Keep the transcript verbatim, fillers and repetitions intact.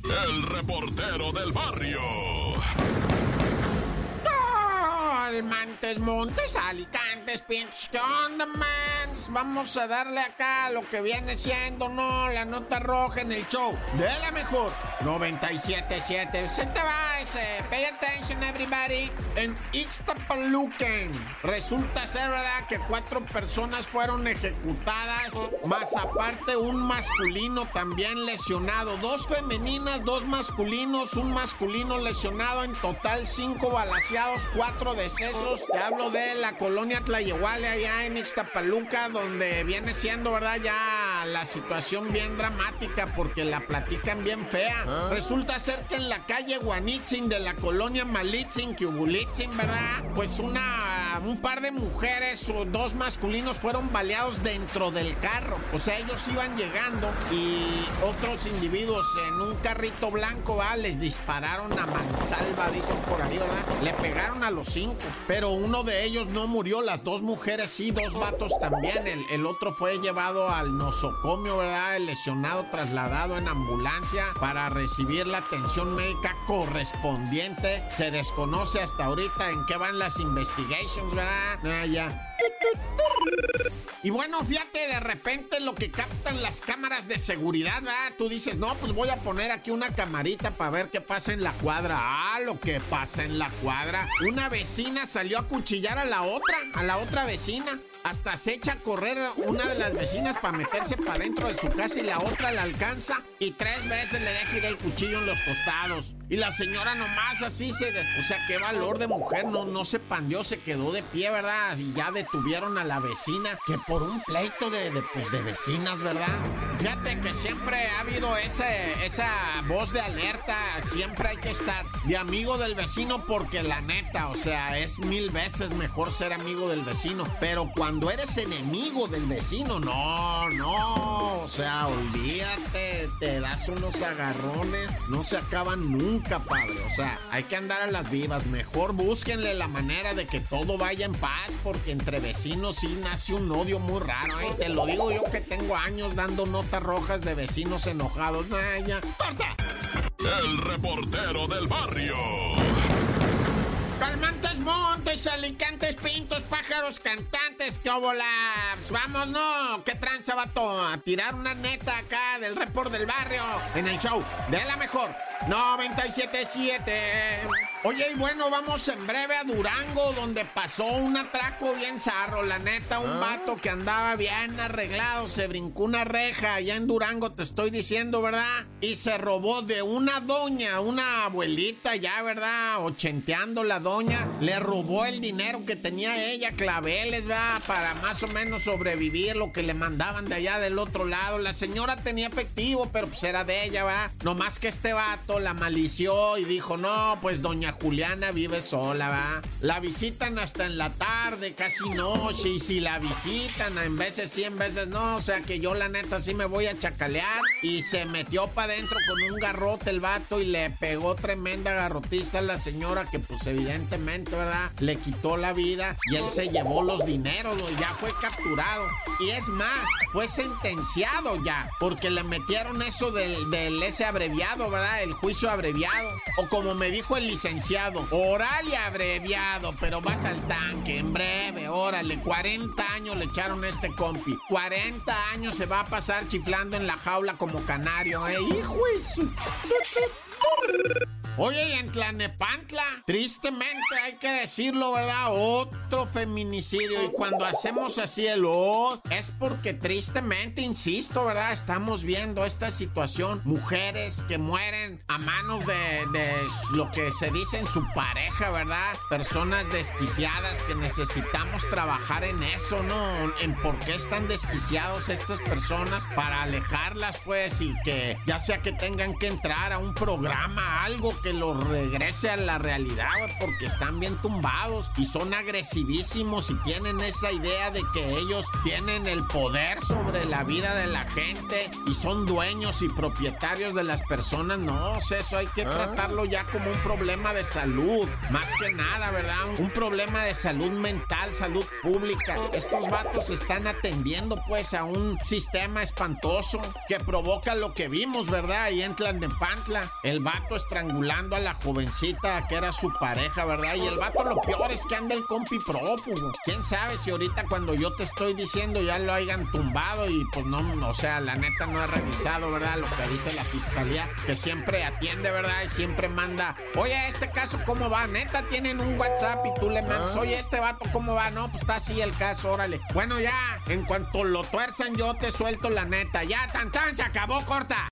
El reportero del barrio. Montes, Montes, Alicantes, Pintos, ¿qué onda, mans? Vamos a darle acá a lo que viene siendo, ¿no? La nota roja en el show de la mejor noventa y siete punto siete. Se te va ese. Pay attention, everybody. En Ixtapalucan resulta ser, ¿verdad?, que cuatro personas fueron ejecutadas, más aparte un masculino también lesionado. Dos femeninas, dos masculinos, un masculino lesionado. En total, cinco balaceados, cuatro decesos. Te hablo de la colonia Tlayehuale, allá en Ixtapaluca, donde viene siendo, ¿verdad?, ya la situación bien dramática, porque la platican bien fea. ¿Ah? Resulta ser que en la calle Guanitzin de la colonia Malitzin, Kiubulitzin, ¿verdad?, pues una, un par de mujeres o dos masculinos fueron baleados dentro del carro. O sea, ellos iban llegando y otros individuos en un carrito blanco, ¿va?, les dispararon a mansalva, dicen por ahí, ¿verdad? Le pegaron a los cinco, pero uno de ellos no murió, las dos mujeres sí, dos vatos también. El, el otro fue llevado al nosocomio, ¿verdad? El lesionado trasladado en ambulancia para recibir la atención médica correspondiente. Se desconoce hasta ahorita en qué van las investigations, ¿verdad? Ah, ya. Y bueno, fíjate, de repente lo que captan las cámaras de seguridad, ¿verdad? Tú dices, no, pues voy a poner aquí una camarita para ver qué pasa en la cuadra. Ah, lo que pasa en la cuadra. Una vecina salió a cuchillar a la otra, a la otra vecina. Hasta se echa a correr una de las vecinas para meterse para dentro de su casa y la otra la alcanza y tres veces le deja ir el cuchillo en los costados. Y la señora nomás así se... De... O sea, qué valor de mujer, no, no se pandeó, se quedó de pie, ¿verdad? Y ya detuvieron a la vecina, que por un pleito de, de, pues, de vecinas, ¿verdad? Fíjate que siempre ha habido ese, esa voz de alerta, siempre hay que estar de amigo del vecino, porque la neta, o sea, es mil veces mejor ser amigo del vecino. Pero cuando eres enemigo del vecino, no, no, o sea, olvídate, te das unos agarrones, no se acaban nunca. Nunca, padre, o sea, hay que andar a las vivas. Mejor búsquenle la manera de que todo vaya en paz, porque entre vecinos sí nace un odio muy raro, ¿eh? Te lo digo yo que tengo años dando notas rojas de vecinos enojados. Nah, ya. ¡Corta! El reportero del barrio. Calmantes, montes, alicantes, pintos, pájaros, cantantes, qué obolaps. Vamos, ¿no? ¿Qué tranza, vato? A tirar una neta acá del report del barrio en el show de la mejor noventa y siete punto siete. Oye, y bueno, vamos en breve a Durango, donde pasó un atraco bien zarro. La neta, un vato que andaba bien arreglado, se brincó una reja allá en Durango, te estoy diciendo, ¿verdad? Y se robó de una doña, una abuelita ya, ¿verdad? Ochenteando la doña, le robó el dinero que tenía ella, claveles, ¿verdad? Para más o menos sobrevivir, lo que le mandaban de allá del otro lado. La señora tenía efectivo, pero pues era de ella, ¿verdad? Nomás que este vato la malició y dijo, no, pues doña Juliana vive sola, ¿va? La visitan hasta en la tarde, casi noche, y si la visitan, en veces sí, en veces no, o sea que yo la neta sí me voy a chacalear. Y se metió para adentro con un garrote el vato y le pegó tremenda garrotiza a la señora, que pues evidentemente, ¿verdad?, le quitó la vida, y él se llevó los dineros, ¿no? Ya fue capturado. Y es más, fue sentenciado ya, porque le metieron eso del, del ese abreviado, ¿verdad? El juicio abreviado. O como me dijo el licenciado, oral y abreviado, pero vas al tanque, en breve, órale. cuarenta años le echaron a este compi. cuarenta años se va a pasar chiflando en la jaula como canario, ¿eh? ¡Hijo de su... Oye, y en Tlanepantla, tristemente hay que decirlo, ¿verdad?, otro feminicidio. Y cuando hacemos así el oh, es porque tristemente, insisto, ¿verdad?, estamos viendo esta situación. Mujeres que mueren a manos de, de lo que se dice en su pareja, ¿verdad? Personas desquiciadas que necesitamos trabajar en eso, ¿no? En por qué están desquiciados estas personas, para alejarlas, pues, y que ya sea que tengan que entrar a un programa, algo que que los regrese a la realidad, güey, porque están bien tumbados y son agresivísimos y tienen esa idea de que ellos tienen el poder sobre la vida de la gente y son dueños y propietarios de las personas. No, o sea, eso hay que tratarlo ya como un problema de salud, más que nada, ¿verdad? Un problema de salud mental, salud pública. Estos vatos están atendiendo pues a un sistema espantoso que provoca lo que vimos, ¿verdad? Ahí en Tlalnepantla, el vato estrangulando a la jovencita que era su pareja, ¿verdad? Y el vato lo peor es que anda el compi prófugo. ¿Quién sabe si ahorita cuando yo te estoy diciendo ya lo hayan tumbado? Y pues no, o sea, la neta no he revisado, ¿verdad? Lo que dice la fiscalía, que siempre atiende, ¿verdad? Y siempre manda, oye, este caso, ¿cómo va? Neta, tienen un WhatsApp y tú le mandas, oye, este vato, ¿cómo va? No, pues está así el caso, órale. Bueno, ya, en cuanto lo tuerzan, yo te suelto la neta. Ya, tan tan, se acabó, corta.